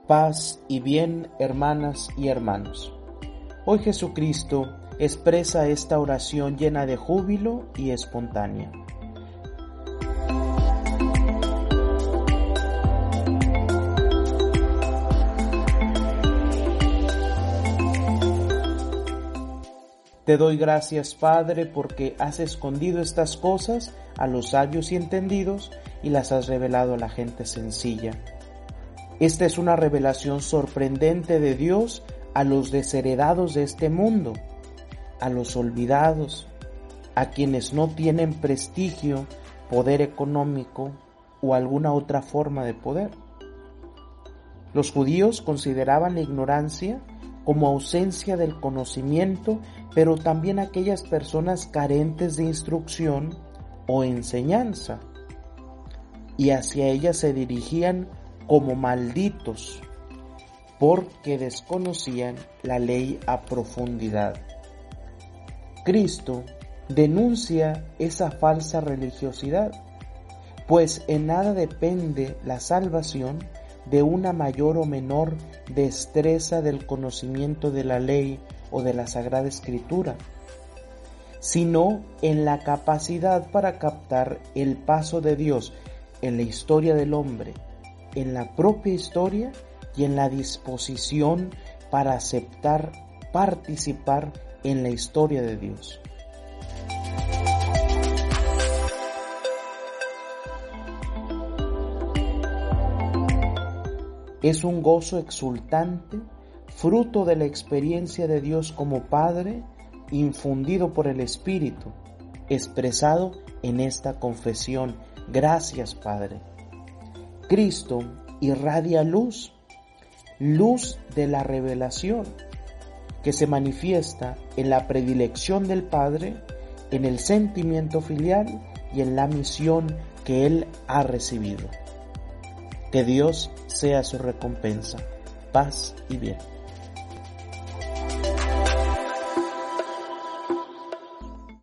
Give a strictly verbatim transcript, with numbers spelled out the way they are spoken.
Paz y bien, hermanas y hermanos. Hoy Jesucristo expresa esta oración llena de júbilo y espontánea. Te doy gracias, Padre, porque has escondido estas cosas a los sabios y entendidos y las has revelado a la gente sencilla. Esta es una revelación sorprendente de Dios a los desheredados de este mundo, a los olvidados, a quienes no tienen prestigio, poder económico o alguna otra forma de poder. Los judíos consideraban la ignorancia como ausencia del conocimiento, pero también aquellas personas carentes de instrucción o enseñanza, y hacia ellas se dirigían como malditos, porque desconocían la ley a profundidad. Cristo denuncia esa falsa religiosidad, pues en nada depende la salvación de una mayor o menor destreza del conocimiento de la ley o de la Sagrada Escritura, sino en la capacidad para captar el paso de Dios en la historia del hombre, en la propia historia y en la disposición para aceptar, participar en la historia de Dios. Es un gozo exultante, fruto de la experiencia de Dios como Padre, infundido por el Espíritu, expresado en esta confesión: gracias, Padre. Cristo irradia luz, luz de la revelación, que se manifiesta en la predilección del Padre, en el sentimiento filial y en la misión que Él ha recibido. Que Dios sea su recompensa. Paz y bien.